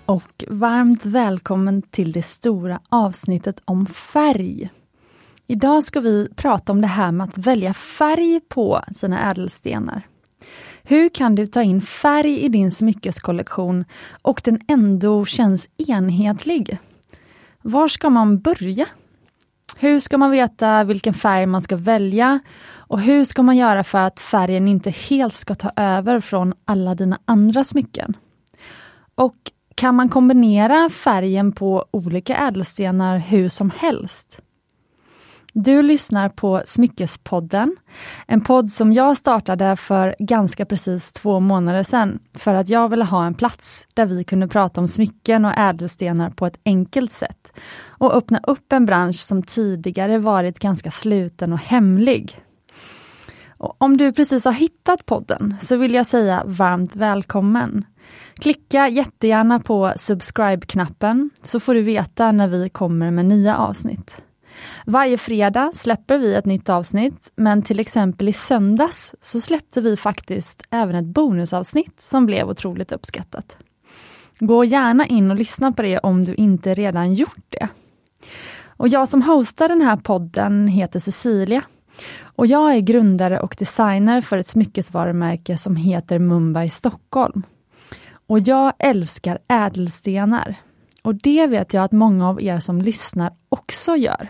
och varmt välkommen till det stora avsnittet om färg. Idag ska vi prata om det här med att välja färg på sina ädelstenar. Hur kan du ta in färg i din smyckeskollektion och den ändå känns enhetlig? Var ska man börja? Hur ska man veta vilken färg man ska välja? Och hur ska man göra för att färgen inte helt ska ta över från alla dina andra smycken? Och kan man kombinera färgen på olika ädelstenar hur som helst? Du lyssnar på Smyckespodden, en podd som jag startade för ganska precis 2 månader sedan för att jag ville ha en plats där vi kunde prata om smycken och ädelstenar på ett enkelt sätt och öppna upp en bransch som tidigare varit ganska sluten och hemlig. Och om du precis har hittat podden så vill jag säga varmt välkommen. Klicka jättegärna på subscribe-knappen så får du veta när vi kommer med nya avsnitt. Varje fredag släpper vi ett nytt avsnitt, men till exempel i söndags så släppte vi faktiskt även ett bonusavsnitt som blev otroligt uppskattat. Gå gärna in och lyssna på det om du inte redan gjort det. Och jag som hostar den här podden heter Cecilia och jag är grundare och designer för ett smyckesvarumärke som heter Mumbai Stockholm. Och jag älskar ädelstenar och det vet jag att många av er som lyssnar också gör.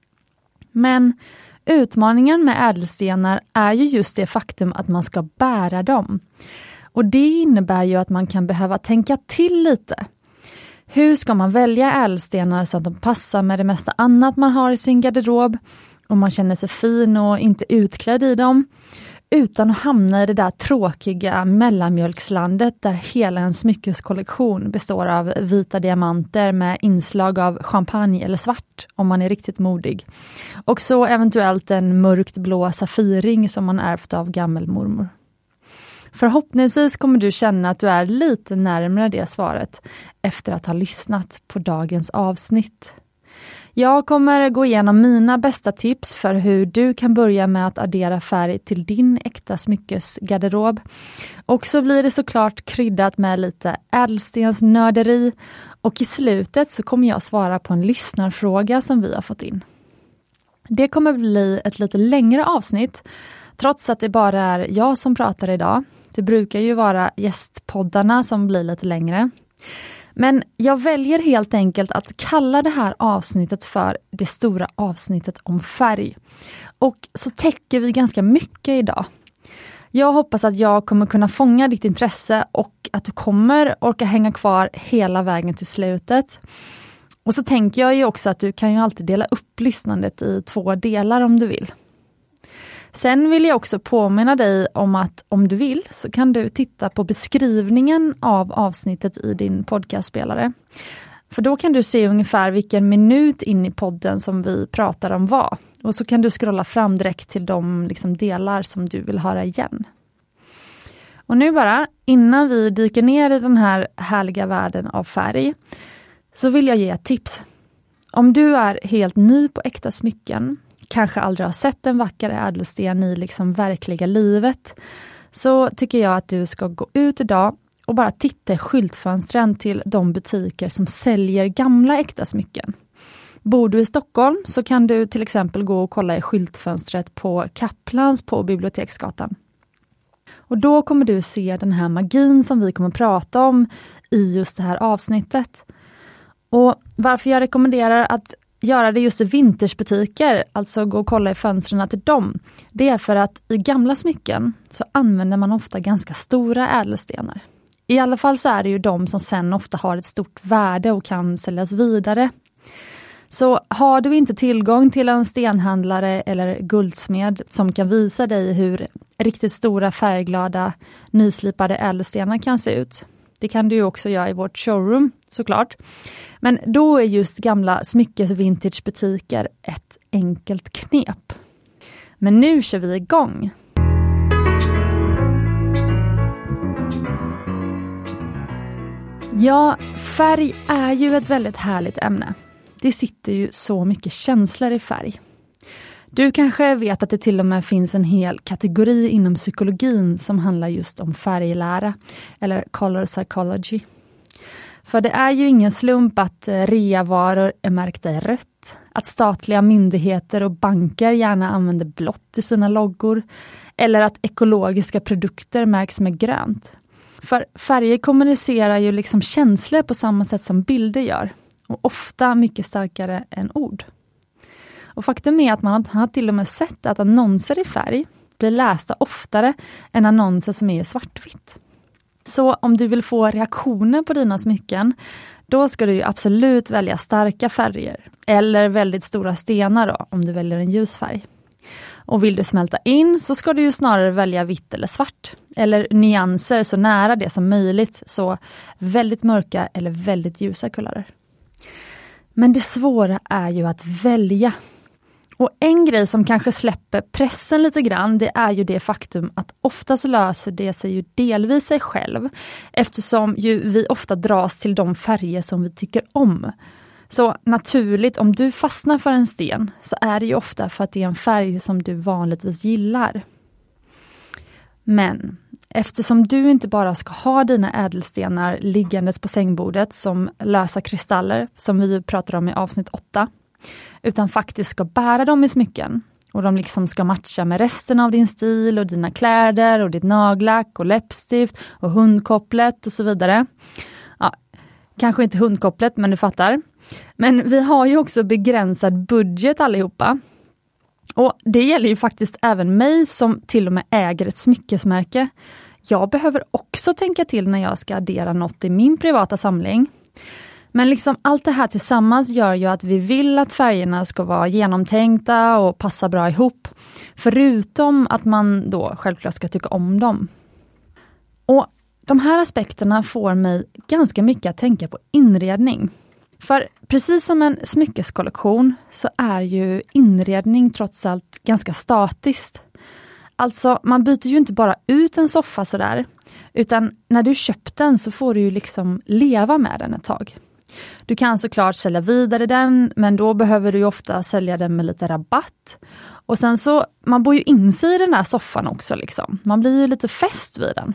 Men utmaningen med ädelstenar är ju just det faktum att man ska bära dem. Och det innebär ju att man kan behöva tänka till lite. Hur ska man välja ädelstenar så att de passar med det mesta annat man har i sin garderob och man känner sig fin och inte utklädd i dem utan att hamna i det där tråkiga mellanmjölkslandet där hela en smyckeskollektion består av vita diamanter med inslag av champagne eller svart om man är riktigt modig. Och så eventuellt en mörkt blå safiring som man ärvt av gammelmormor. Förhoppningsvis kommer du känna att du är lite närmare det svaret efter att ha lyssnat på dagens avsnitt. Jag kommer gå igenom mina bästa tips för hur du kan börja med att addera färg till din äkta smyckesgarderob. Och så blir det såklart kryddat med lite ädelstensnörderi och i slutet så kommer jag svara på en lyssnarfråga som vi har fått in. Det kommer bli ett lite längre avsnitt trots att det bara är jag som pratar idag. Det brukar ju vara gästpoddarna som blir lite längre. Men jag väljer helt enkelt att kalla det här avsnittet för det stora avsnittet om färg. Och så täcker vi ganska mycket idag. Jag hoppas att jag kommer kunna fånga ditt intresse och att du kommer orka hänga kvar hela vägen till slutet. Och så tänker jag ju också att du kan ju alltid dela upp lyssnandet i 2 delar om du vill. Sen vill jag också påminna dig om att om du vill så kan du titta på beskrivningen av avsnittet i din podcastspelare. För då kan du se ungefär vilken minut in i podden som vi pratar om vad. Och så kan du scrolla fram direkt till de delar som du vill höra igen. Och nu bara, innan vi dyker ner i den här härliga världen av färg så vill jag ge ett tips. Om du är helt ny på äkta smycken, kanske aldrig har sett en vacker ädelsten i verkliga livet, så tycker jag att du ska gå ut idag och bara titta i skyltfönstren till de butiker som säljer gamla äkta smycken. Bor du i Stockholm så kan du till exempel gå och kolla i skyltfönstret på Kaplans på Biblioteksgatan. Och då kommer du se den här magin som vi kommer prata om i just det här avsnittet. Och varför jag rekommenderar att göra det just i vintagebutiker, alltså gå och kolla i fönstren till dem, det är för att i gamla smycken så använder man ofta ganska stora ädelstenar. I alla fall så är det ju de som sen ofta har ett stort värde och kan säljas vidare. Så har du inte tillgång till en stenhandlare eller guldsmed som kan visa dig hur riktigt stora färgglada nyslipade ädelstenar kan se ut. Det kan du ju också göra i vårt showroom såklart. Men då är just gamla smyckesvintagebutiker ett enkelt knep. Men nu kör vi igång. Ja, färg är ju ett väldigt härligt ämne. Det sitter ju så mycket känslor i färg. Du kanske vet att det till och med finns en hel kategori inom psykologin som handlar just om färglära eller color psychology. För det är ju ingen slump att reavaror är märkta i rött, att statliga myndigheter och banker gärna använder blått i sina loggor, eller att ekologiska produkter märks med grönt. För färger kommunicerar ju liksom känslor på samma sätt som bilder gör, och ofta mycket starkare än ord. Och faktum är att man har till och med sett att annonser i färg blir lästa oftare än annonser som är i svartvitt. Så om du vill få reaktioner på dina smycken, då ska du ju absolut välja starka färger. Eller väldigt stora stenar då, om du väljer en ljusfärg. Och vill du smälta in så ska du ju snarare välja vitt eller svart. Eller nyanser så nära det som möjligt, så väldigt mörka eller väldigt ljusa kulörer. Men det svåra är ju att välja. Och en grej som kanske släpper pressen lite grann, det är ju det faktum att oftast löser det sig ju delvis sig själv, eftersom ju vi ofta dras till de färger som vi tycker om. Så naturligt, om du fastnar för en sten så är det ju ofta för att det är en färg som du vanligtvis gillar. Men eftersom du inte bara ska ha dina ädelstenar liggandes på sängbordet som lösa kristaller, som vi pratar om i avsnitt 8, utan faktiskt ska bära dem i smycken, och de liksom ska matcha med resten av din stil och dina kläder och ditt nagellack och läppstift och hundkopplet och så vidare. Ja, kanske inte hundkopplet, men du fattar. Men vi har ju också begränsad budget allihopa. Och det gäller ju faktiskt även mig som till och med äger ett smyckesmärke. Jag behöver också tänka till när jag ska addera något i min privata samling. Men liksom allt det här tillsammans gör ju att vi vill att färgerna ska vara genomtänkta och passa bra ihop. Förutom att man då självklart ska tycka om dem. Och de här aspekterna får mig ganska mycket att tänka på inredning. För precis som en smyckeskollektion så är ju inredning trots allt ganska statiskt. Alltså man byter ju inte bara ut en soffa sådär, utan när du köpt den så får du ju liksom leva med den ett tag. Du kan såklart sälja vidare den, men då behöver du ju ofta sälja den med lite rabatt. Och sen så, man bor ju in sig i den här soffan också liksom. Man blir ju lite fäst vid den.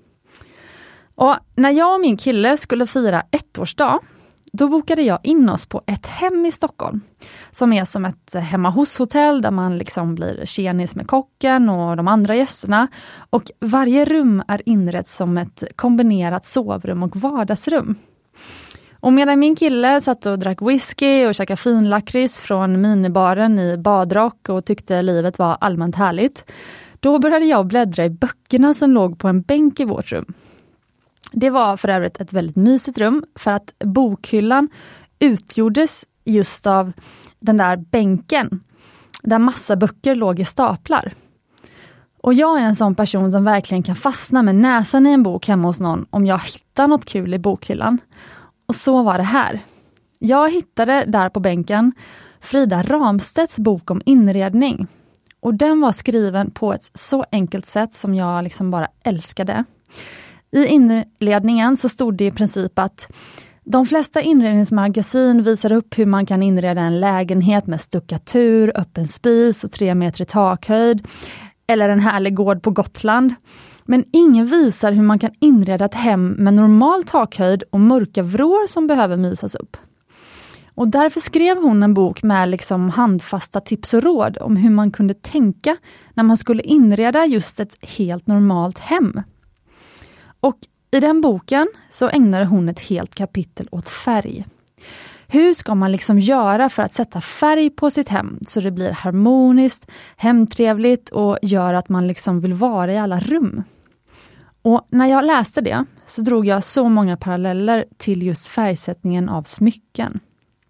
Och när jag och min kille skulle fira 1-årsdag, då bokade jag in oss på ett hem i Stockholm. Som är som ett hemma hos-hotell där man liksom blir tjenis med kocken och de andra gästerna. Och varje rum är inrett som ett kombinerat sovrum och vardagsrum. Och medan min kille satt och drack whisky och käkade finlakrits från minibaren i badrock och tyckte livet var allmänt härligt, då började jag bläddra i böckerna som låg på en bänk i vårt rum. Det var för övrigt ett väldigt mysigt rum, för att bokhyllan utgjordes just av den där bänken där massa böcker låg i staplar. Och jag är en sån person som verkligen kan fastna med näsan i en bok hemma hos någon om jag hittar något kul i bokhyllan. Och så var det här. Jag hittade där på bänken Frida Ramstedts bok om inredning. Och den var skriven på ett så enkelt sätt som jag liksom bara älskade. I inredningen så stod det i princip att de flesta inredningsmagasin visar upp hur man kan inreda en lägenhet med stuckatur, öppen spis och 3 meter i takhöjd. Eller en härlig gård på Gotland. Men ingen visar hur man kan inreda ett hem med normal takhöjd och mörka vrår som behöver mysas upp. Och därför skrev hon en bok med liksom handfasta tips och råd om hur man kunde tänka när man skulle inreda just ett helt normalt hem. Och i den boken så ägnade hon ett helt kapitel åt färg. Hur ska man liksom göra för att sätta färg på sitt hem så det blir harmoniskt, hemtrevligt och gör att man liksom vill vara i alla rum. Och när jag läste det så drog jag så många paralleller till just färgsättningen av smycken.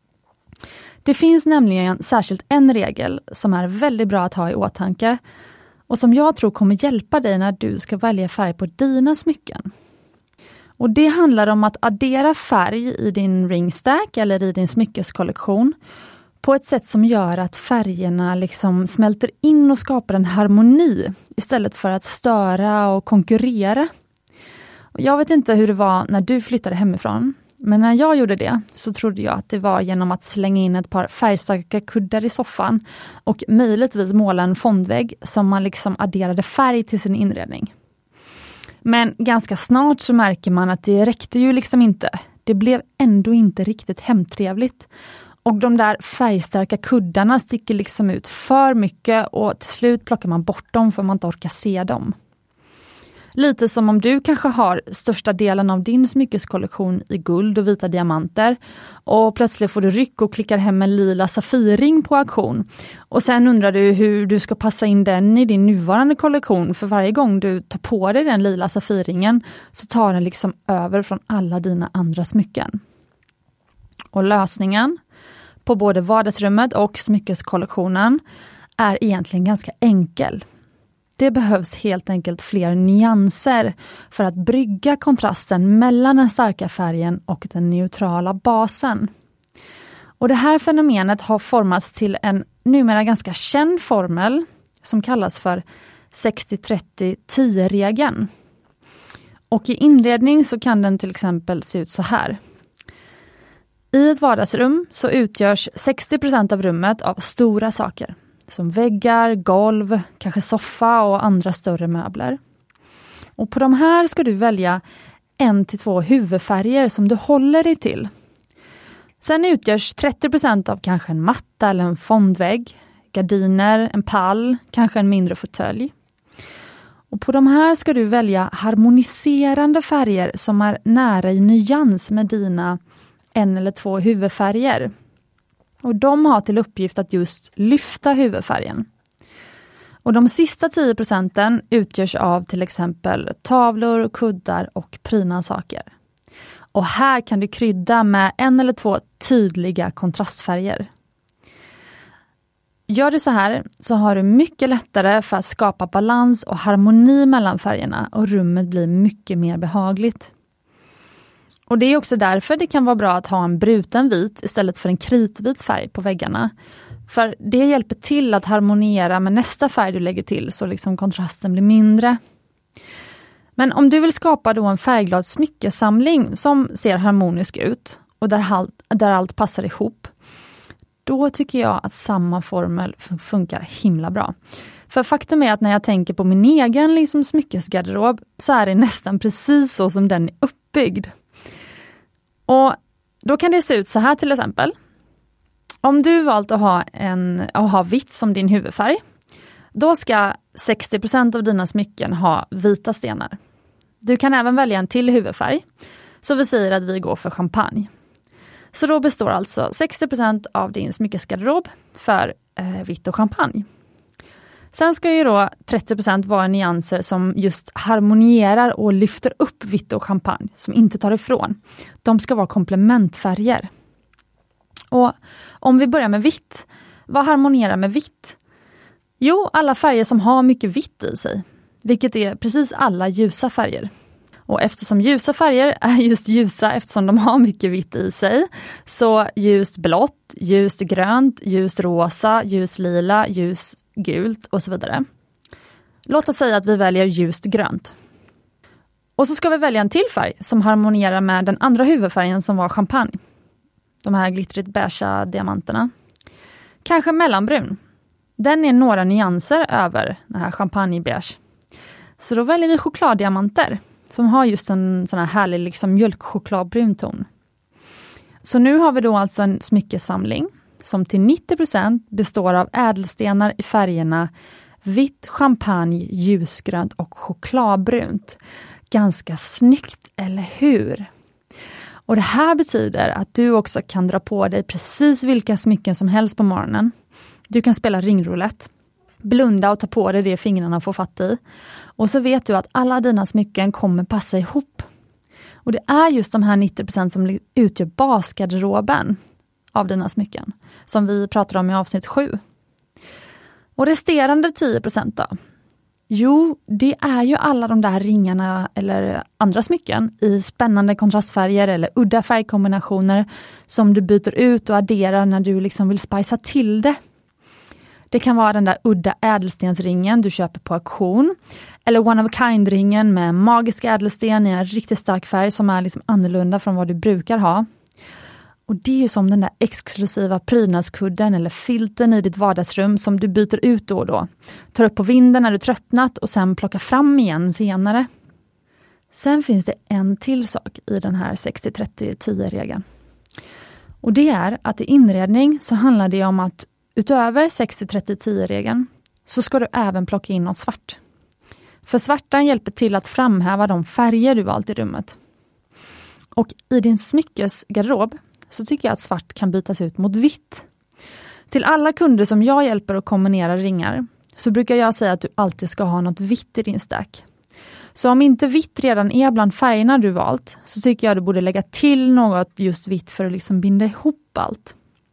Det finns nämligen särskilt en regel som är väldigt bra att ha i åtanke och som jag tror kommer hjälpa dig när du ska välja färg på dina smycken. Och det handlar om att addera färg i din ringstack eller i din smyckeskollektion på ett sätt som gör att färgerna liksom smälter in och skapar en harmoni istället för att störa och konkurrera. Och jag vet inte hur det var när du flyttade hemifrån, men när jag gjorde det så trodde jag att det var genom att slänga in ett par färgstarka kuddar i soffan och möjligtvis måla en fondvägg som man liksom adderade färg till sin inredning. Men ganska snart så märker man att det räckte ju liksom inte. Det blev ändå inte riktigt hemtrevligt. Och de där färgstarka kuddarna sticker liksom ut för mycket och till slut plockar man bort dem för man inte orkar se dem. Lite som om du kanske har största delen av din smyckeskollektion i guld och vita diamanter och plötsligt får du ryck och klickar hem en lila safirring på auktion. Och sen undrar du hur du ska passa in den i din nuvarande kollektion, för varje gång du tar på dig den lila safirringen så tar den liksom över från alla dina andra smycken. Och lösningen på både vardagsrummet och smyckeskollektionen är egentligen ganska enkel. Det behövs helt enkelt fler nyanser för att brygga kontrasten mellan den starka färgen och den neutrala basen. Och det här fenomenet har formats till en numera ganska känd formel som kallas för 60-30-10-regeln. Och i inredning så kan den till exempel se ut så här. I ett vardagsrum så utgörs 60% av rummet av stora saker. Som väggar, golv, kanske soffa och andra större möbler. Och på de här ska du välja 1-2 huvudfärger som du håller dig till. Sen utgörs 30% av kanske en matta eller en fondvägg, gardiner, en pall, kanske en mindre fåtölj. Och på de här ska du välja harmoniserande färger som är nära i nyans med dina 1 eller 2 huvudfärger. Och de har till uppgift att just lyfta huvudfärgen. Och de sista 10% utgörs av till exempel tavlor, kuddar och prydnadssaker. Och här kan du krydda med 1 eller 2 tydliga kontrastfärger. Gör du så här så har du mycket lättare för att skapa balans och harmoni mellan färgerna och rummet blir mycket mer behagligt. Och det är också därför det kan vara bra att ha en bruten vit istället för en kritvit färg på väggarna. För det hjälper till att harmoniera med nästa färg du lägger till så liksom kontrasten blir mindre. Men om du vill skapa då en färgglad smyckesamling som ser harmonisk ut och där allt passar ihop, då tycker jag att samma formel funkar himla bra. För faktum är att när jag tänker på min egen liksom smyckesgarderob så är det nästan precis så som den är uppbyggd. Och då kan det se ut så här till exempel. Om du valt att ha vitt som din huvudfärg, då ska 60% av dina smycken ha vita stenar. Du kan även välja en till huvudfärg, så vi säger att vi går för champagne. Så då består alltså 60% av din smyckesgarderob för vitt och champagne. Sen ska ju då 30% vara nyanser som just harmonierar och lyfter upp vitt och champagne, som inte tar ifrån. De ska vara komplementfärger. Och om vi börjar med vitt, vad harmonierar med vitt? Jo, alla färger som har mycket vitt i sig, vilket är precis alla ljusa färger. Och eftersom ljusa färger är just ljusa eftersom de har mycket vitt i sig, så ljust blått, ljust grönt, ljust rosa, ljus lila, ljus gult och så vidare. Låt oss säga att vi väljer ljust grönt. Och så ska vi välja en till färg som harmonierar med den andra huvudfärgen som var champagne. De här glittrigt beiga diamanterna. Kanske mellanbrun. Den är några nyanser över den här champagnebeige. Så då väljer vi chokladdiamanter som har just en sån här härlig liksom mjölkchokladbrun ton. Så nu har vi då alltså en smyckesamling som till 90% består av ädelstenar i färgerna vitt, champagne, ljusgrönt och chokladbrunt. Ganska snyggt, eller hur? Och det här betyder att du också kan dra på dig precis vilka smycken som helst på morgonen. Du kan spela ringroulette, blunda och ta på dig det fingrarna får fatt i. Och så vet du att alla dina smycken kommer passa ihop. Och det är just de här 90% som utgör basgarderoben av dina smycken, som vi pratar om i avsnitt 7. Och resterande 10% då? Jo, det är ju alla de där ringarna eller andra smycken i spännande kontrastfärger eller udda färgkombinationer som du byter ut och adderar när du liksom vill spicea till det. Det kan vara den där udda ädelstensringen du köper på auktion, eller one of a kind-ringen med magisk ädelsten i en riktigt stark färg som är liksom annorlunda från vad du brukar ha. Och det är ju som den där exklusiva prydnadskudden eller filten i ditt vardagsrum som du byter ut då och då. Tar upp på vinden när du tröttnat och sen plockar fram igen senare. Sen finns det en till sak i den här 60-30-10-regeln. Och det är att i inredning så handlar det om att utöver 60-30-10-regeln så ska du även plocka in något svart. För svartan hjälper till att framhäva de färger du valt i rummet. Och i din smyckesgarderob så tycker jag att svart kan bytas ut mot vitt. Till alla kunder som jag hjälper att kombinera ringar så brukar jag säga att du alltid ska ha något vitt i din stack. Så om inte vitt redan är bland färgerna du valt så tycker jag du borde lägga till något just vitt för att liksom binda ihop allt.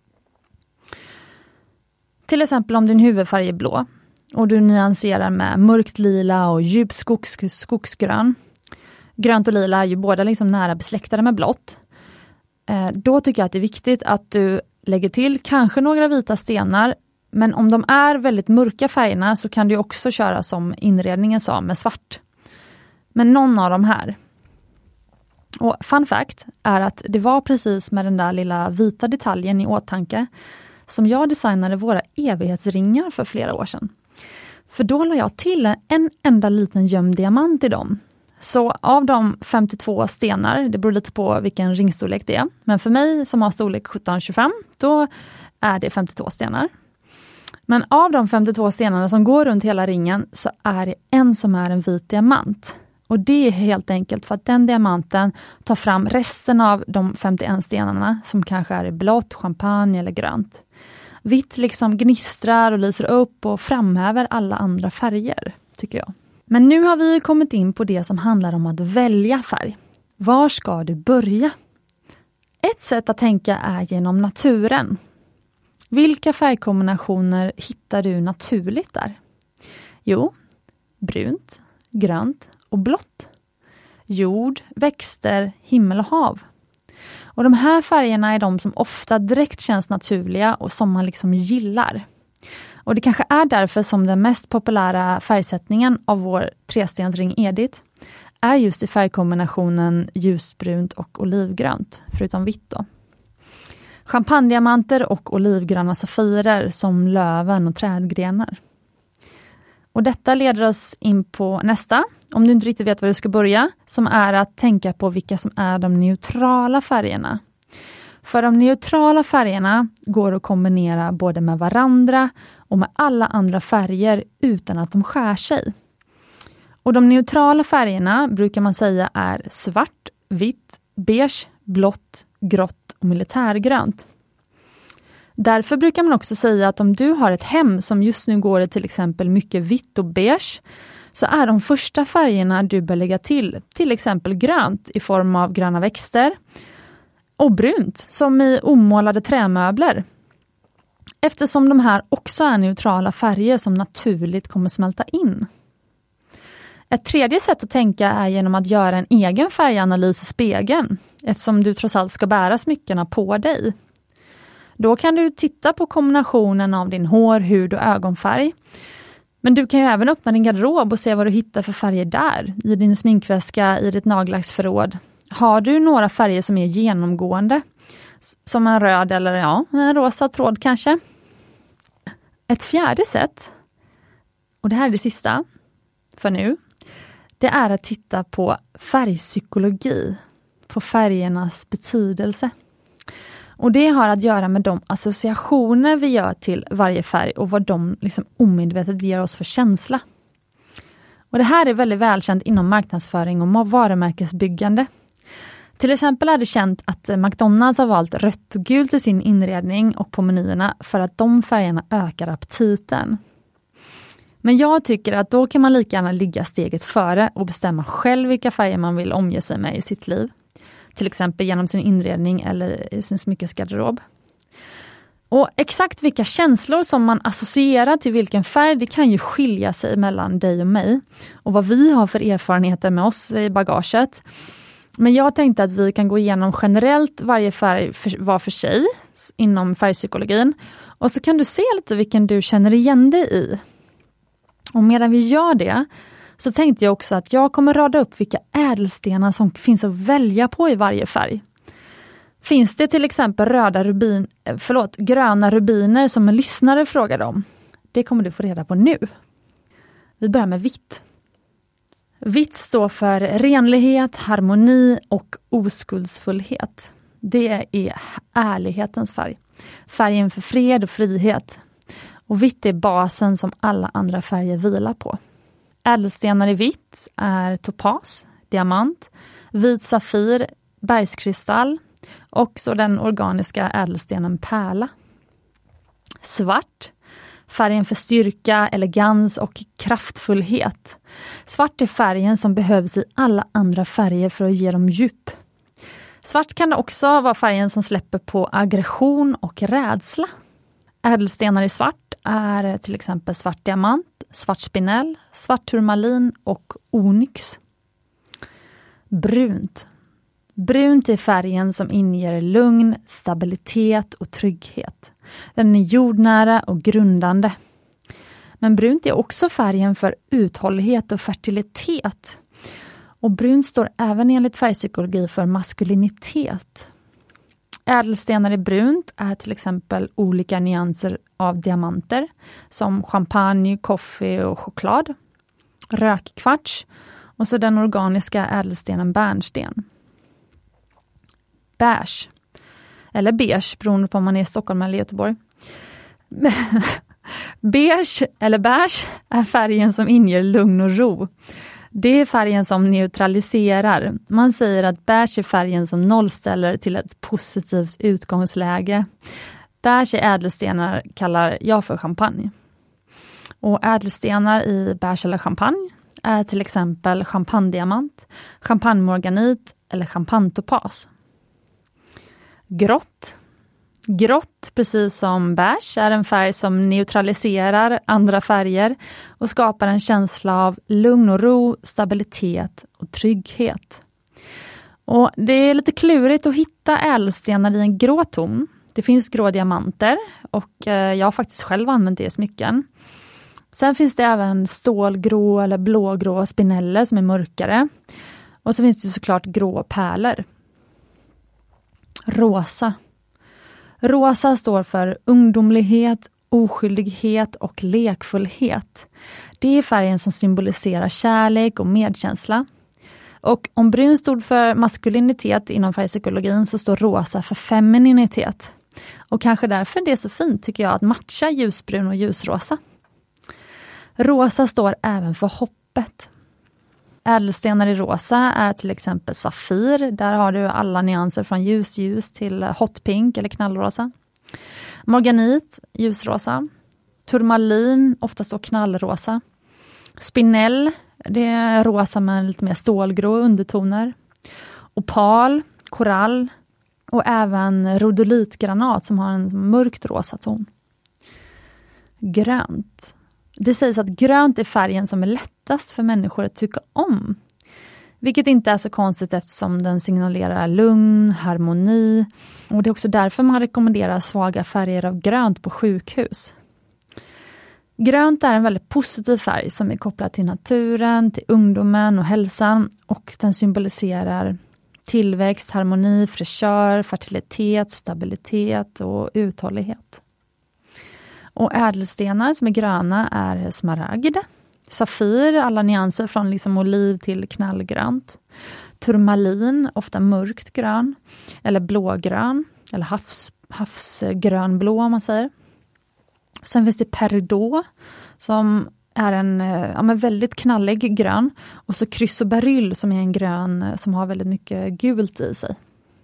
Till exempel om din huvudfärg är blå och du nyanserar med mörkt lila och djup skogsgrön. Grönt och lila är ju båda liksom nära besläktade med blått. Då tycker jag att det är viktigt att du lägger till kanske några vita stenar. Men om de är väldigt mörka färgerna så kan du också köra som inredningen sa med svart. Men någon av de här. Och fun fact är att det var precis med den där lilla vita detaljen i åtanke som jag designade våra evighetsringar för flera år sedan. För då la jag till en enda liten gömd diamant i dem. Så av de 52 stenar, det beror lite på vilken ringstorlek det är. Men för mig som har storlek 17-25, då är det 52 stenar. Men av de 52 stenarna som går runt hela ringen så är det en som är en vit diamant. Och det är helt enkelt för att den diamanten tar fram resten av de 51 stenarna som kanske är i blått, champagne eller grönt. Vitt liksom gnistrar och lyser upp och framhäver alla andra färger, tycker jag. Men nu har vi kommit in på det som handlar om att välja färg. Var ska du börja? Ett sätt att tänka är genom naturen. Vilka färgkombinationer hittar du naturligt där? Jo, brunt, grönt och blått. Jord, växter, himmel och hav. Och de här färgerna är de som ofta direkt känns naturliga och som man liksom gillar. Och det kanske är därför som den mest populära färgsättningen av vår trestensring Edith är just i färgkombinationen ljusbrunt och olivgrönt, förutom vitt då. Champagnediamanter och olivgröna safirer som löven och trädgrenar. Och detta leder oss in på nästa, om du inte riktigt vet var du ska börja, som är att tänka på vilka som är de neutrala färgerna. För de neutrala färgerna går att kombinera både med varandra och med alla andra färger utan att de skär sig. Och de neutrala färgerna brukar man säga är svart, vitt, beige, blått, grått och militärgrönt. Därför brukar man också säga att om du har ett hem som just nu går i till exempel mycket vitt och beige, så är de första färgerna du bör lägga till exempel grönt i form av gröna växter och brunt som i omålade trämöbler. Eftersom de här också är neutrala färger som naturligt kommer smälta in. Ett tredje sätt att tänka är genom att göra en egen färganalys i spegeln, eftersom du trots allt ska bära smyckena på dig. Då kan du titta på kombinationen av din hår, hud och ögonfärg. Men du kan ju även öppna din garderob och se vad du hittar för färger där, i din sminkväska, i ditt nagellacksförråd. Har du några färger som är genomgående, som en röd eller en rosa tråd kanske? Ett fjärde sätt, och det här är det sista för nu, det är att titta på färgpsykologi, på färgernas betydelse. Och det har att göra med de associationer vi gör till varje färg och vad de liksom omedvetet ger oss för känsla. Och det här är väldigt välkänt inom marknadsföring och varumärkesbyggande. Till exempel är det känt att McDonald's har valt rött och gult i sin inredning och på menyerna för att de färgerna ökar aptiten. Men jag tycker att då kan man lika gärna ligga steget före och bestämma själv vilka färger man vill omge sig med i sitt liv. Till exempel genom sin inredning eller sin smyckesgarderob. Och exakt vilka känslor som man associerar till vilken färg, det kan ju skilja sig mellan dig och mig. Och vad vi har för erfarenheter med oss i bagaget. Men jag tänkte att vi kan gå igenom generellt varje färg var för sig inom färgpsykologin. Och så kan du se lite vilken du känner igen dig i. Och medan vi gör det så tänkte jag också att jag kommer rada upp vilka ädelstenar som finns att välja på i varje färg. Finns det till exempel gröna rubiner som en lyssnare frågade om? Det kommer du få reda på nu. Vi börjar med vitt. Vitt står för renlighet, harmoni och oskuldsfullhet. Det är ärlighetens färg. Färgen för fred och frihet. Och vitt är basen som alla andra färger vilar på. Ädelstenar i vitt är topas, diamant, vit safir, bergskristall och så den organiska ädelstenen pärla. Svart, färgen för styrka, elegans och kraftfullhet. Svart är färgen som behövs i alla andra färger för att ge dem djup. Svart kan också vara färgen som släpper på aggression och rädsla. Ädelstenar i svart är till exempel svart diamant, svart spinell, svart turmalin och onyx. Brunt. Brunt är färgen som inger lugn, stabilitet och trygghet. Den är jordnära och grundande. Men brunt är också färgen för uthållighet och fertilitet. Och brunt står även enligt färgpsykologi för maskulinitet. Ädelstenar i brunt är till exempel olika nyanser av diamanter som champagne, kaffe och choklad. Rökkvarts och så den organiska ädelstenen bärnsten. Beige, eller beige beroende på om man är i Stockholm eller Göteborg. Beige eller beige är färgen som inger lugn och ro. Det är färgen som neutraliserar. Man säger att beige är färgen som nollställer till ett positivt utgångsläge. Beige i ädelstenar kallar jag för champagne. Och ädelstenar i beige eller champagne är till exempel champagnediamant, champagnemorganit eller champagnetopas. Grått. Grått, precis som beige, är en färg som neutraliserar andra färger och skapar en känsla av lugn och ro, stabilitet och trygghet. Och det är lite klurigt att hitta ädelstenar i en grå ton. Det finns grå diamanter och jag har faktiskt själv använt det i smycken. Sen finns det även stålgrå eller blågrå spineller som är mörkare. Och så finns det såklart grå pärlor. Rosa. Rosa står för ungdomlighet, oskyldighet och lekfullhet. Det är färgen som symboliserar kärlek och medkänsla. Och om brun stod för maskulinitet inom färgpsykologin så står rosa för femininitet. Och kanske därför det är så fint tycker jag att matcha ljusbrun och ljusrosa. Rosa står även för hoppet. Ädelstenar i rosa är till exempel safir. Där har du alla nyanser från ljus till hot pink eller knallrosa. Morganit, ljusrosa. Turmalin, oftast då knallrosa. Spinell, det är rosa med lite mer stålgrå undertoner. Opal, korall och även rodolitgranat som har en mörkt rosa ton. Grönt. Det sägs att grönt är färgen som är lättast för människor att tycka om. Vilket inte är så konstigt eftersom den signalerar lugn, harmoni. Och det är också därför man rekommenderar svaga färger av grönt på sjukhus. Grönt är en väldigt positiv färg som är kopplad till naturen, till ungdomen och hälsan. Och den symboliserar tillväxt, harmoni, fräschör, fertilitet, stabilitet och uthållighet. Och ädelstenar som är gröna är smaragd, safir, alla nyanser från liksom oliv till knallgrönt. Turmalin, ofta mörkt grön, eller blågrön, eller havsgrönblå om man säger. Sen finns det peridot som är en väldigt knallig grön. Och så chrysoberyl som är en grön som har väldigt mycket gult i sig.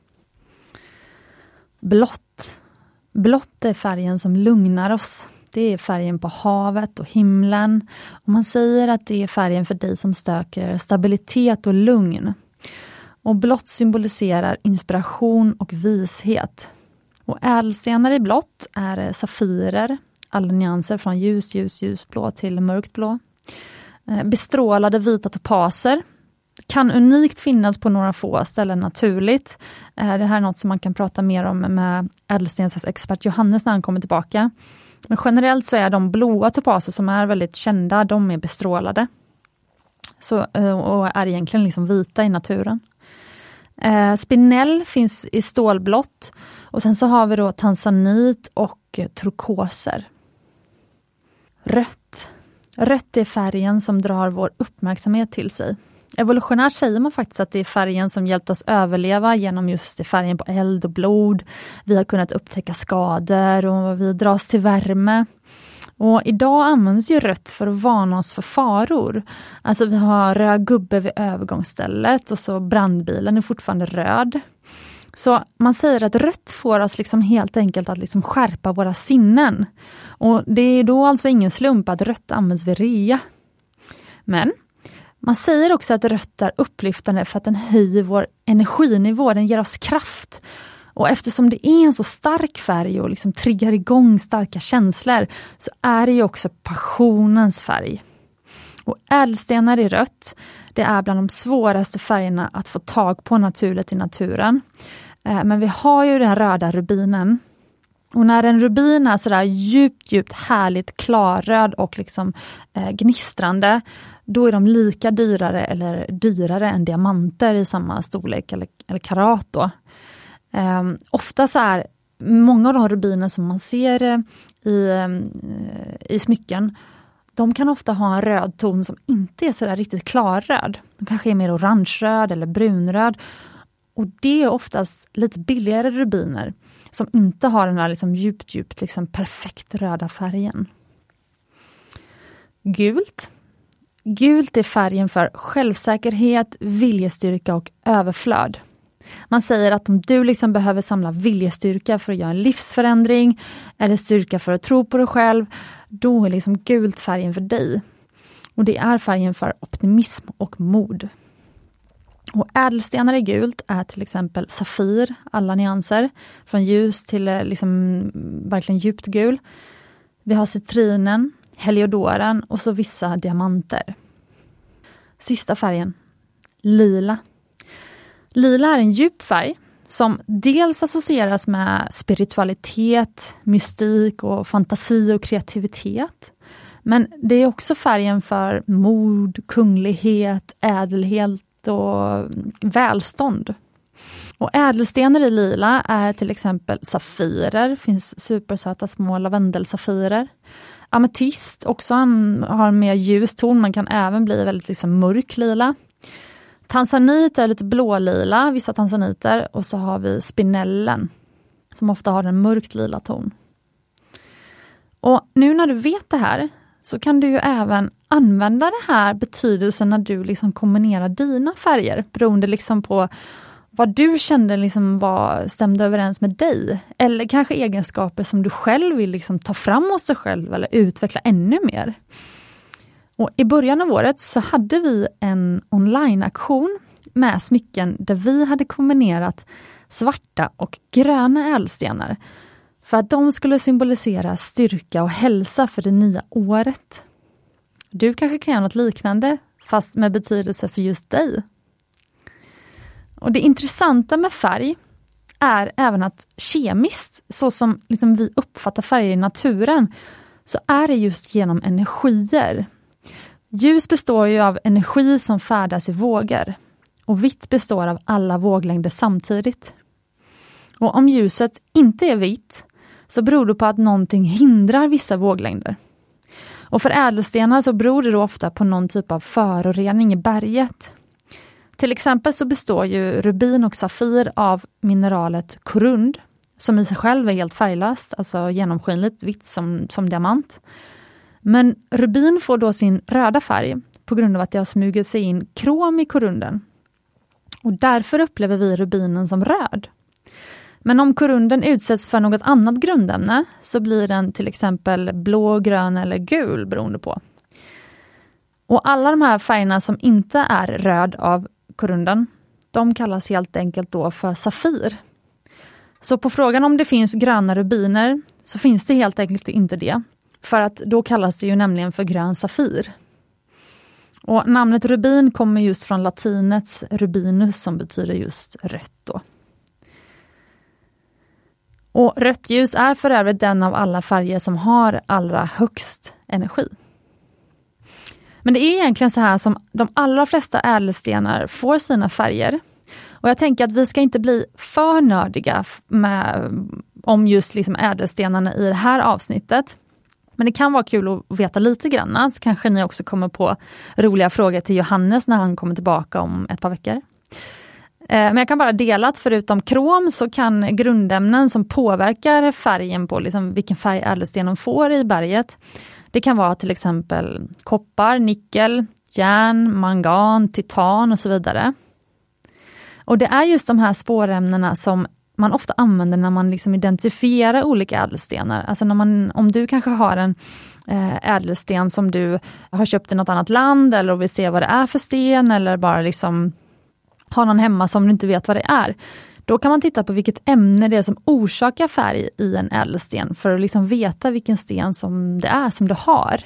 Blått. Blått är färgen som lugnar oss. Det är färgen på havet och himlen. Och man säger att det är färgen för dig som söker stabilitet och lugn. Och blått symboliserar inspiration och vishet. Och ädelstenar i blått är safirer. Alla nyanser från ljusblå till mörkt blå. Bestrålade vita topaser. Kan unikt finnas på några få ställen naturligt. Det här är något som man kan prata mer om med ädelstensexpert Johannes när han kommer tillbaka. Men generellt så är de blåa topaser som är väldigt kända, de är bestrålade. Och är egentligen liksom vita i naturen. Spinell finns i stålblått. Och sen så har vi då tanzanit och turkoser. Rött. Rött är färgen som drar vår uppmärksamhet till sig. Evolutionärt säger man faktiskt att det är färgen som hjälpt oss överleva genom just det, färgen på eld och blod. Vi har kunnat upptäcka skador och vi dras till värme. Och idag används ju rött för att varna oss för faror. Alltså vi har röd gubbe vid övergångsstället och så brandbilen är fortfarande röd. Så man säger att rött får oss liksom helt enkelt att liksom skärpa våra sinnen. Och det är då alltså ingen slump att rött används vid rea. Men man säger också att rött är upplyftande för att den höjer vår energinivå, den ger oss kraft. Och eftersom det är en så stark färg och liksom triggar igång starka känslor så är det ju också passionens färg. Och ädelstenar i rött, det är bland de svåraste färgerna att få tag på naturligt i naturen. Men vi har ju den röda rubinen. Och när en rubin är sådär djupt härligt klarröd och liksom gnistrande, då är de lika dyrare eller dyrare än diamanter i samma storlek eller karat då. Ofta så är många av de rubiner som man ser i smycken, de kan ofta ha en röd ton som inte är sådär riktigt klarröd. De kanske är mer orangeröd eller brunröd. Och det är oftast lite billigare rubiner som inte har den här liksom djupt liksom perfekt röda färgen. Gult. Gult är färgen för självsäkerhet, viljestyrka och överflöd. Man säger att om du liksom behöver samla viljestyrka för att göra en livsförändring eller styrka för att tro på dig själv, då är liksom gult färgen för dig. Och det är färgen för optimism och mod. Och ädelstenar i gult är till exempel safir, alla nyanser, från ljus till liksom verkligen djupt gul. Vi har citrinen, heliodoren och så vissa diamanter. Sista färgen, lila. Lila är en djup färg som dels associeras med spiritualitet, mystik och fantasi och kreativitet. Men det är också färgen för mod, kunglighet, ädelhet och välstånd. Och ädelstenar i lila är till exempel safirer, finns supersöta små lavendelsafirer. Ametist också har en mer ljus ton, man kan även bli väldigt liksom mörk lila. Tanzanit är lite blålila, vissa tanzaniter, och så har vi spinellen som ofta har en mörkt lila ton. Och nu när du vet det här så kan du ju även använda det här betydelsen när du liksom kombinerar dina färger beroende liksom på vad du kände liksom stämde överens med dig. Eller kanske egenskaper som du själv vill liksom ta fram hos dig själv eller utveckla ännu mer. Och i början av året så hade vi en online-aktion med smycken där vi hade kombinerat svarta och gröna ädelstenar för att de skulle symbolisera styrka och hälsa för det nya året. Du kanske kan göra något liknande fast med betydelse för just dig. Och det intressanta med färg är även att kemiskt, så som liksom vi uppfattar färger i naturen, så är det just genom energier. Ljus består ju av energi som färdas i vågor och vitt består av alla våglängder samtidigt. Och om ljuset inte är vitt så beror det på att någonting hindrar vissa våglängder. Och för ädelstenar så beror det då ofta på någon typ av förorening i berget. Till exempel så består ju rubin och safir av mineralet korund som i sig själv är helt färglöst, alltså genomskinligt vitt som diamant. Men rubin får då sin röda färg på grund av att det har smugit sig in krom i korunden. Och därför upplever vi rubinen som röd. Men om korunden utsätts för något annat grundämne så blir den till exempel blå, grön eller gul beroende på. Och alla de här färgerna som inte är röd av korunden, de kallas helt enkelt då för safir. Så på frågan om det finns gröna rubiner så finns det helt enkelt inte det. För att då kallas det ju nämligen för grön safir. Och namnet rubin kommer just från latinets rubinus som betyder just rött då. Och rött ljus är för övrigt den av alla färger som har allra högst energi. Men det är egentligen så här som de allra flesta ädelstenar får sina färger. Och jag tänker att vi ska inte bli för nördiga om just liksom ädelstenarna i det här avsnittet. Men det kan vara kul att veta lite grann, så kanske ni också kommer på roliga frågor till Johannes när han kommer tillbaka om ett par veckor. Men jag kan bara dela att förutom krom så kan grundämnen som påverkar färgen på liksom vilken färg ädelstenen får i berget. Det kan vara till exempel koppar, nickel, järn, mangan, titan och så vidare. Och det är just de här spårämnena som man ofta använder när man liksom identifierar olika ädelstenar. Alltså om du kanske har en ädelsten som du har köpt i något annat land eller vill se vad det är för sten eller bara liksom har någon hemma som du inte vet vad det är. Då kan man titta på vilket ämne det är som orsakar färg i en ädelsten för att liksom veta vilken sten som det är som du har.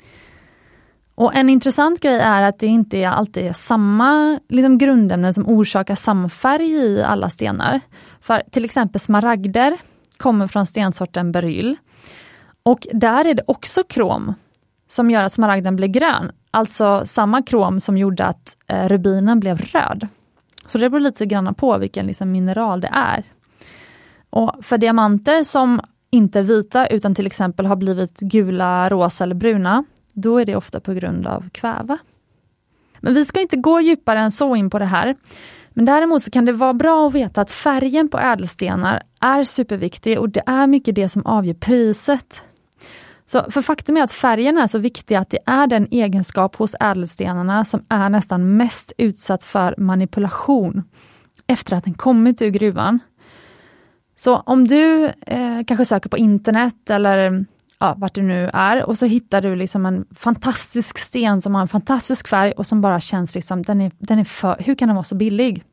Och en intressant grej är att det inte alltid är samma liksom grundämnen som orsakar samma färg i alla stenar. För till exempel smaragder kommer från stensorten beryl. Och där är det också krom som gör att smaragden blir grön. Alltså samma krom som gjorde att rubinen blev röd. Så det beror lite grann på vilken liksom mineral det är. Och för diamanter som inte är vita utan till exempel har blivit gula, rosa eller bruna, då är det ofta på grund av kväve. Men vi ska inte gå djupare än så in på det här. Men däremot så kan det vara bra att veta att färgen på ädelstenar är superviktig och det är mycket det som avgör priset. Så för faktum är att färgen är så viktig att det är den egenskap hos ädelstenarna som är nästan mest utsatt för manipulation efter att den kommit ur gruvan. Så om du kanske söker på internet eller vart du nu är och så hittar du liksom en fantastisk sten som har en fantastisk färg och som bara känns liksom, den är för, hur kan den vara så billig?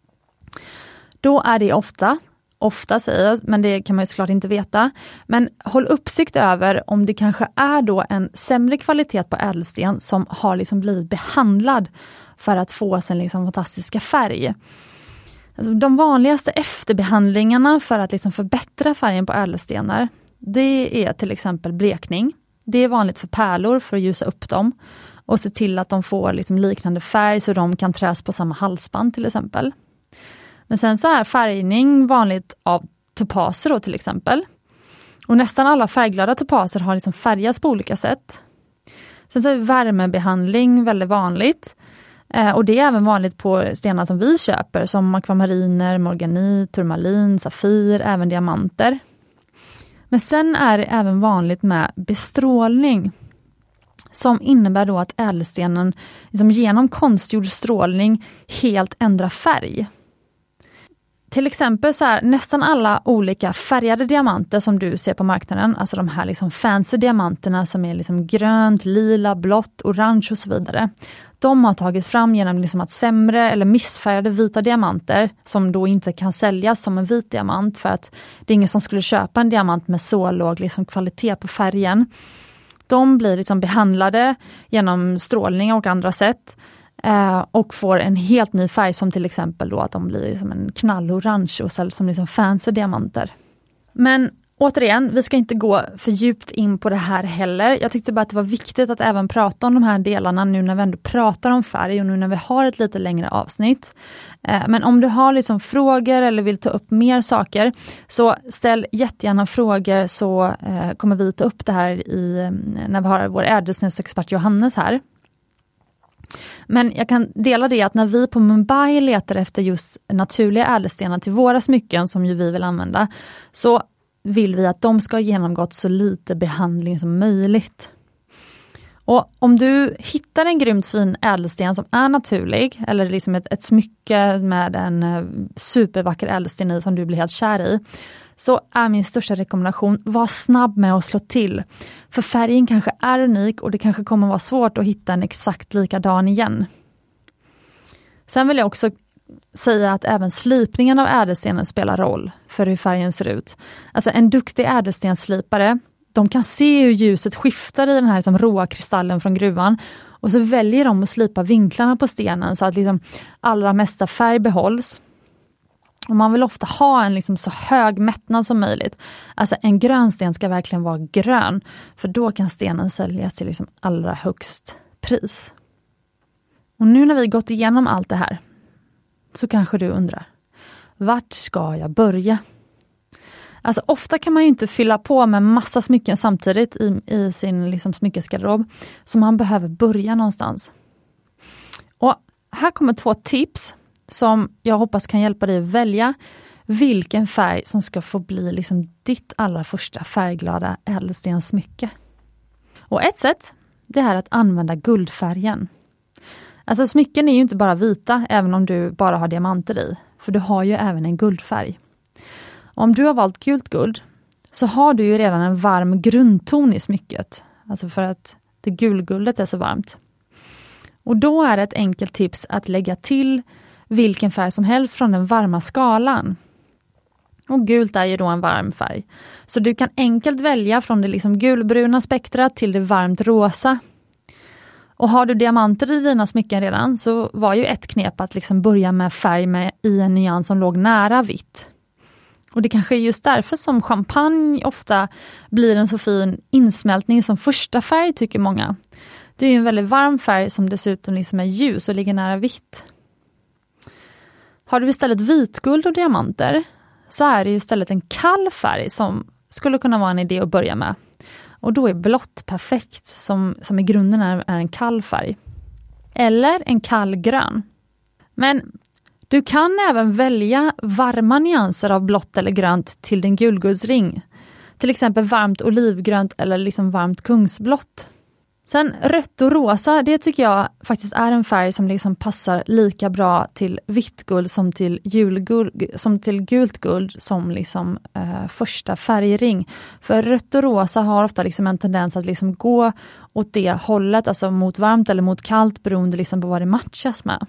Då är det ofta säger jag, men det kan man ju såklart inte veta. Men håll uppsikt över om det kanske är då en sämre kvalitet på ädelsten som har liksom blivit behandlad för att få sin liksom fantastiska färg. Alltså de vanligaste efterbehandlingarna för att liksom förbättra färgen på ädelstenar, det är till exempel blekning. Det är vanligt för pärlor för att ljusa upp dem och se till att de får liksom liknande färg så de kan träs på samma halsband till exempel. Men sen så är färgning vanligt av topaser då till exempel. Och nästan alla färgglada topaser har liksom färgats på olika sätt. Sen så är värmebehandling väldigt vanligt. Och det är även vanligt på stenar som vi köper som akvamariner, morganit, turmalin, safir, även diamanter. Men sen är det även vanligt med bestrålning. Som innebär då att ädelstenen liksom genom konstgjord strålning helt ändrar färg. Till exempel så här, nästan alla olika färgade diamanter som du ser på marknaden, alltså de här liksom fancy diamanterna som är liksom grönt, lila, blått, orange och så vidare. De har tagits fram genom liksom att sämre eller missfärgade vita diamanter som då inte kan säljas som en vit diamant för att det är ingen som skulle köpa en diamant med så låg liksom kvalitet på färgen. De blir liksom behandlade genom strålning och andra sätt. Och får en helt ny färg som till exempel då att de blir som en knallorange och säljs som liksom fancy diamanter. Men återigen, vi ska inte gå för djupt in på det här heller. Jag tyckte bara att det var viktigt att även prata om de här delarna nu när vi ändå pratar om färg och nu när vi har ett lite längre avsnitt. Men om du har liksom frågor eller vill ta upp mer saker så ställ jättegärna frågor så kommer vi ta upp det här när vi har vår ädelstensexpert Johannes här. Men jag kan dela det att när vi på Mumbai letar efter just naturliga ädelstenar till våra smycken som ju vi vill använda så vill vi att de ska ha genomgått så lite behandling som möjligt. Och om du hittar en grymt fin ädelsten som är naturlig eller liksom ett smycke med en supervacker ädelsten i som du blir helt kär i så är min största rekommendation, var snabb med att slå till. För färgen kanske är unik och det kanske kommer vara svårt att hitta en exakt likadan igen. Sen vill jag också säga att även slipningen av ädelstenen spelar roll för hur färgen ser ut. Alltså en duktig ädelstenslipare, de kan se hur ljuset skiftar i den här liksom råa kristallen från gruvan och så väljer de att slipa vinklarna på stenen så att liksom allra mesta färg behålls. Och man vill ofta ha en liksom så hög mättnad som möjligt. Alltså en grön sten ska verkligen vara grön. För då kan stenen säljas till liksom allra högst pris. Och nu när vi gått igenom allt det här. Så kanske du undrar. Vart ska jag börja? Alltså ofta kan man ju inte fylla på med massa smycken samtidigt i sin liksom smyckesgarderob, så man behöver börja någonstans. Och här kommer 2 tips som jag hoppas kan hjälpa dig att välja vilken färg som ska få bli liksom ditt allra första färgglada ädelstenssmycke. Och ett sätt, det är att använda guldfärgen. Alltså smycken är ju inte bara vita även om du bara har diamanter i, för du har ju även en guldfärg. Om du har valt gult guld så har du ju redan en varm grundton i smycket, alltså för att det gulguldet är så varmt. Och då är det ett enkelt tips att lägga till vilken färg som helst från den varma skalan. Och gult är ju då en varm färg. Så du kan enkelt välja från det liksom gulbruna spektrat till det varmt rosa. Och har du diamanter i dina smycken redan så var ju ett knep att liksom börja med färg i en nyans som låg nära vitt. Och det kanske är just därför som champagne ofta blir en så fin insmältning som första färg, tycker många. Det är ju en väldigt varm färg som dessutom liksom är ljus och ligger nära vitt. Har du istället vitguld och diamanter så är det ju istället en kall färg som skulle kunna vara en idé att börja med. Och då är blått perfekt som i grunden är en kall färg. Eller en kall grön. Men du kan även välja varma nyanser av blått eller grönt till din gulguldsring. Till exempel varmt olivgrönt eller liksom varmt kungsblått. Sen rött och rosa, det tycker jag faktiskt är en färg som liksom passar lika bra till vitt guld som till gult guld som liksom första färgring. För rött och rosa har ofta liksom en tendens att liksom gå åt det hållet, alltså mot varmt eller mot kallt, beroende liksom på vad det matchas med.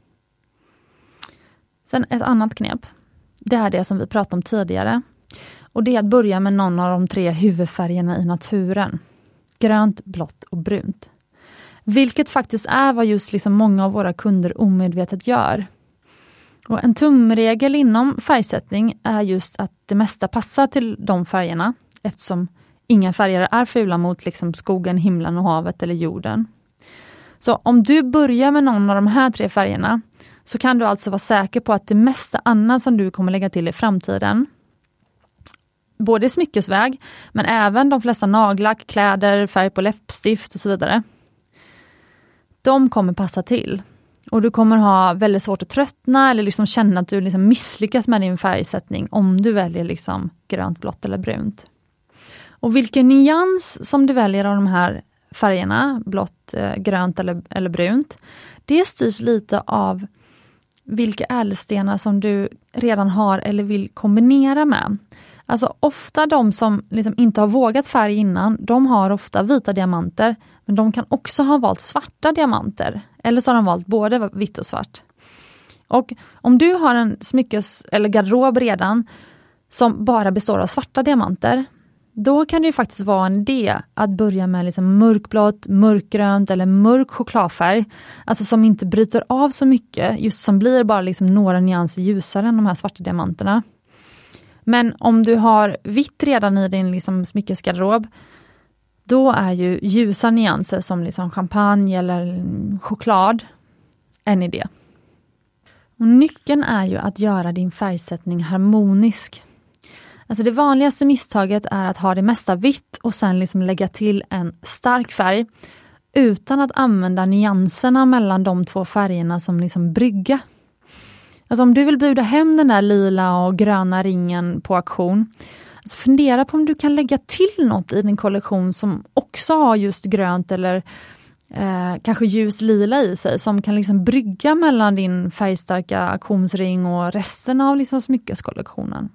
Sen ett annat knep, det är det som vi pratade om tidigare. Och det är att börja med någon av de 3 huvudfärgerna i naturen. Grönt, blått och brunt. Vilket faktiskt är vad just liksom många av våra kunder omedvetet gör. Och en tumregel inom färgsättning är just att det mesta passar till de färgerna. Eftersom inga färger är fula mot liksom skogen, himlen och havet eller jorden. Så om du börjar med någon av de här 3 färgerna så kan du alltså vara säker på att det mesta annat som du kommer lägga till i framtiden, både smyckesväg men även de flesta nagellack, kläder, färg på läppstift och så vidare, de kommer passa till. Och du kommer ha väldigt svårt att tröttna eller liksom känna att du liksom misslyckas med din färgsättning om du väljer liksom grönt, blått eller brunt. Och vilken nyans som du väljer av de här färgerna, blått, grönt eller brunt, det styrs lite av vilka ädelstenar som du redan har eller vill kombinera med. Alltså ofta de som liksom inte har vågat färg innan, de har ofta vita diamanter, men de kan också ha valt svarta diamanter. Eller så har de valt både vitt och svart. Och om du har en eller garderob redan som bara består av svarta diamanter, då kan det ju faktiskt vara en idé att börja med liksom mörkblått, mörkgrönt eller mörk chokladfärg. Alltså som inte bryter av så mycket, just som blir bara liksom några nyanser ljusare än de här svarta diamanterna. Men om du har vitt redan i din liksom smyckesgarderob, då är ju ljusa nyanser som liksom champagne eller choklad en idé. Och nyckeln är ju att göra din färgsättning harmonisk. Alltså det vanligaste misstaget är att ha det mesta vitt och sen liksom lägga till en stark färg utan att använda nyanserna mellan de 2 färgerna som liksom brygga. Alltså om du vill buda hem den där lila och gröna ringen på auktion, alltså fundera på om du kan lägga till något i din kollektion som också har just grönt eller kanske ljus lila i sig, som kan liksom brygga mellan din färgstarka auktionsring och resten av liksom smyckeskollektionen.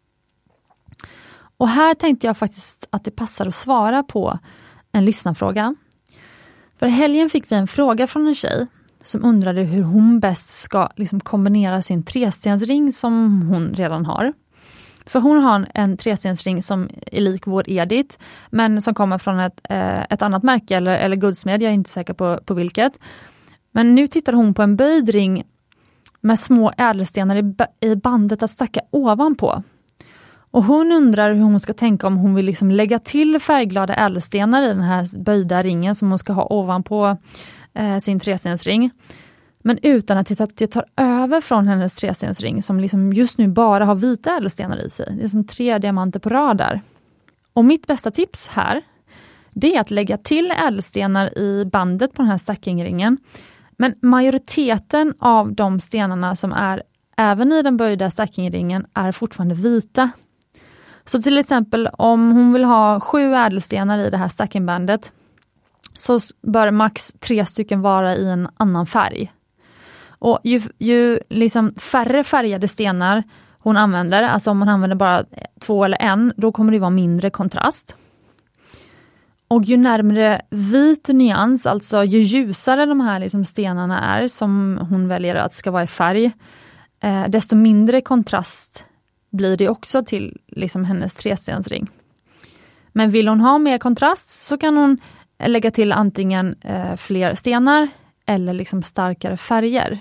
Och här tänkte jag faktiskt att det passar att svara på en lyssnarfråga. För i helgen fick vi en fråga från en tjej som undrade hur hon bäst ska liksom kombinera sin 3-stensring som hon redan har. För hon har en 3-stensring som är lik vår Edith, men som kommer från ett annat märke eller guldsmed, jag är inte säker på vilket. Men nu tittar hon på en böjd ring med små ädelstenar i bandet att stacka ovanpå. Och hon undrar hur hon ska tänka om hon vill liksom lägga till färgglada ädelstenar i den här böjda ringen som hon ska ha ovanpå sin 3-stensring. Men utan att det tar över från hennes trestensring som liksom just nu bara har vita ädelstenar i sig. Det är som 3 diamanter på rad där. Och mitt bästa tips här, det är att lägga till ädelstenar i bandet på den här stackingringen. Men majoriteten av de stenarna som är även i den böjda stackingringen är fortfarande vita. Så till exempel om hon vill ha 7 ädelstenar i det här stackingbandet, så bör max 3 stycken vara i en annan färg. Och ju liksom färre färgade stenar hon använder, alltså om man använder bara 2 eller 1, då kommer det vara mindre kontrast. Och ju närmare vit nyans, alltså ju ljusare de här liksom stenarna är som hon väljer att ska vara i färg, desto mindre kontrast blir det också till liksom hennes trestensring. Men vill hon ha mer kontrast så kan hon lägga till antingen fler stenar eller liksom starkare färger.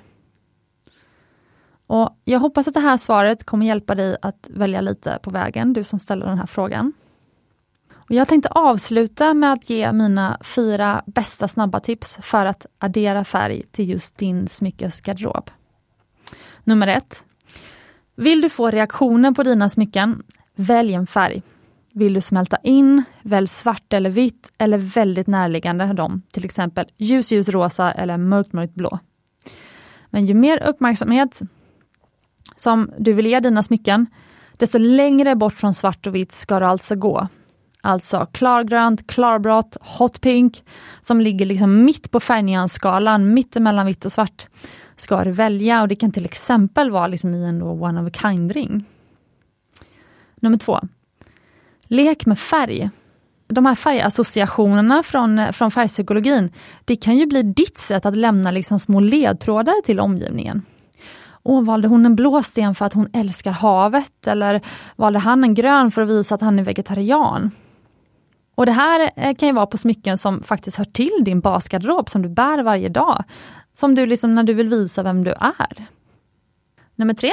Och jag hoppas att det här svaret kommer hjälpa dig att välja lite på vägen, du som ställer den här frågan. Och jag tänkte avsluta med att ge mina 4 bästa snabba tips för att addera färg till just din smyckesgarderob. Nummer 1. Vill du få reaktioner på dina smycken? Välj en färg. Vill du smälta in? Välj svart eller vitt eller väldigt närliggande dem. Till exempel ljus rosa eller mörkt blå. Men ju mer uppmärksamhet som du vill ge dina smycken, desto längre bort från svart och vitt ska du alltså gå. Alltså klargrönt, klarbrått, hot pink som ligger liksom mitt på färgnyansskalan, mitt emellan vitt och svart ska du välja, och det kan till exempel vara liksom i en one of a kind ring. Nummer 2. Lek med färg. De här färgassociationerna från färgpsykologin, det kan ju bli ditt sätt att lämna liksom små ledtrådar till omgivningen. Valde hon en blå sten för att hon älskar havet, eller valde han en grön för att visa att han är vegetarian? Och det här kan ju vara på smycken som faktiskt hör till din basgarderob som du bär varje dag. Som du liksom när du vill visa vem du är. Nummer 3.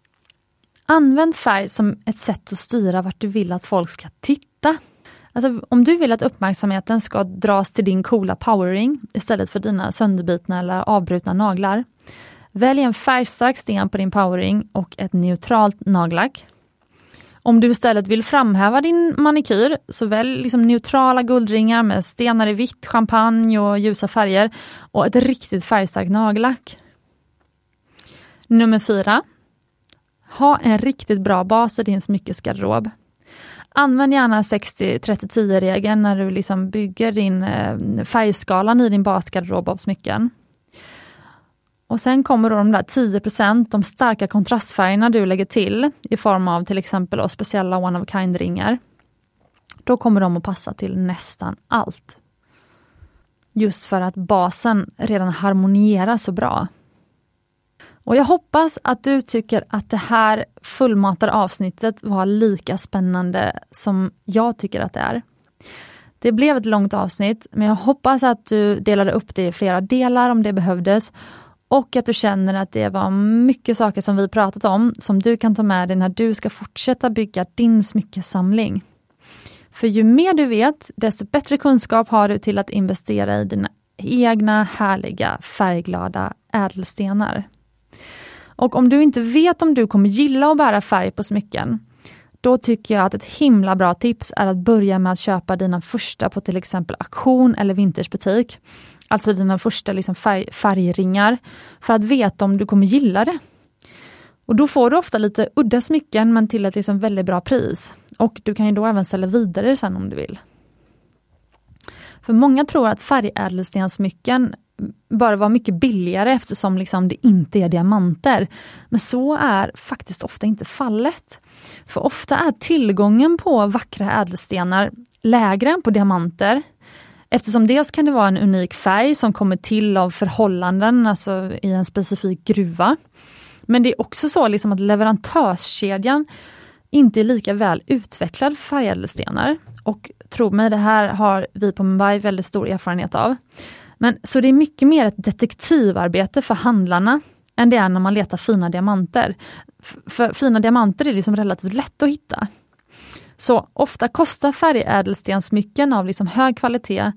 Använd färg som ett sätt att styra vart du vill att folk ska titta. Alltså om du vill att uppmärksamheten ska dras till din coola powerring istället för dina sönderbitna eller avbrutna naglar. Välj en färgstark sten på din powerring och ett neutralt nagellack. Om du istället vill framhäva din manikyr, så välj liksom neutrala guldringar med stenar i vitt, champagne och ljusa färger och ett riktigt färgstarkt nagellack. Nummer 4. Ha en riktigt bra bas i din smyckesgarderob. Använd gärna 60-30-10-regeln när du liksom bygger din färgskalan i din basgarderob av smycken. Och sen kommer då de där 10%, de starka kontrastfärgerna du lägger till i form av till exempel speciella one of a kind ringar. Då kommer de att passa till nästan allt. Just för att basen redan harmonierar så bra. Och jag hoppas att du tycker att det här fullmatade avsnittet var lika spännande som jag tycker att det är. Det blev ett långt avsnitt, men jag hoppas att du delade upp det i flera delar om det behövdes. Och att du känner att det var mycket saker som vi pratat om som du kan ta med dig när du ska fortsätta bygga din smyckesamling. För ju mer du vet, desto bättre kunskap har du till att investera i dina egna härliga färgglada ädelstenar. Och om du inte vet om du kommer gilla att bära färg på smycken, då tycker jag att ett himla bra tips är att börja med att köpa dina första på till exempel auktion eller vintagebutik. Alltså dina första liksom färgringar för att veta om du kommer gilla det. Och då får du ofta lite udda smycken men till ett liksom väldigt bra pris. Och du kan ju då även sälja vidare sen om du vill. För många tror att färgädelstensmycken bör vara mycket billigare eftersom liksom det inte är diamanter. Men så är faktiskt ofta inte fallet. För ofta är tillgången på vackra ädelstenar lägre än på diamanter. Eftersom dels kan det vara en unik färg som kommer till av förhållanden, alltså i en specifik gruva. Men det är också så liksom att leverantörskedjan inte är lika väl utvecklad för färgädelstenar. Och tro mig, det här har vi på Mumbai väldigt stor erfarenhet av. Men så det är mycket mer ett detektivarbete för handlarna än det är när man letar fina diamanter. För fina diamanter är liksom relativt lätt att hitta. Så ofta kostar färgädelstensmycken av liksom hög kvalitet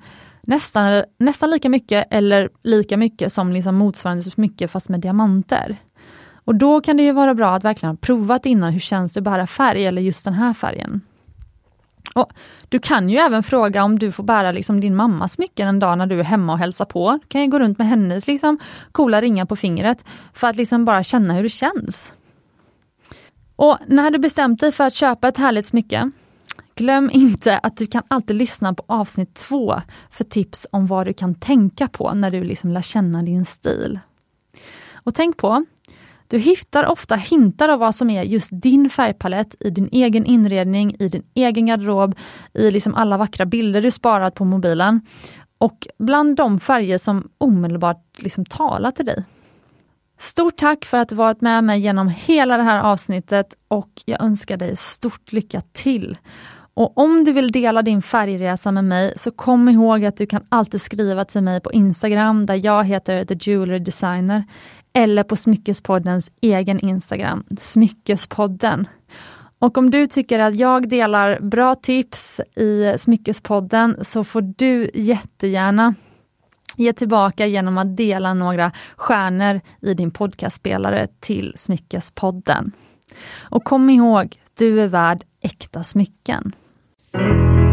nästan lika mycket eller lika mycket som liksom motsvarande smycke fast med diamanter. Och då kan det ju vara bra att verkligen ha provat innan hur känns det att bära färg eller just den här färgen. Och du kan ju även fråga om du får bära liksom din mammas smycken en dag när du är hemma och hälsar på. Du kan ju gå runt med hennes liksom coola ringar på fingret för att liksom bara känna hur det känns. Och när du bestämt dig för att köpa ett härligt smycke, glöm inte att du kan alltid lyssna på avsnitt 2 för tips om vad du kan tänka på när du liksom lär känna din stil. Och tänk på, du hittar ofta hintar av vad som är just din färgpalett i din egen inredning, i din egen garderob, i liksom alla vackra bilder du sparat på mobilen och bland de färger som omedelbart liksom talar till dig. Stort tack för att du varit med mig genom hela det här avsnittet och jag önskar dig stort lycka till. Och om du vill dela din färgresa med mig så kom ihåg att du kan alltid skriva till mig på Instagram där jag heter The Jewelry Designer eller på Smyckespoddens egen Instagram, Smyckespodden. Och om du tycker att jag delar bra tips i Smyckespodden så får du jättegärna ge tillbaka genom att dela några stjärnor i din podcastspelare till Smyckespodden. Och kom ihåg, du är värd äkta smycken.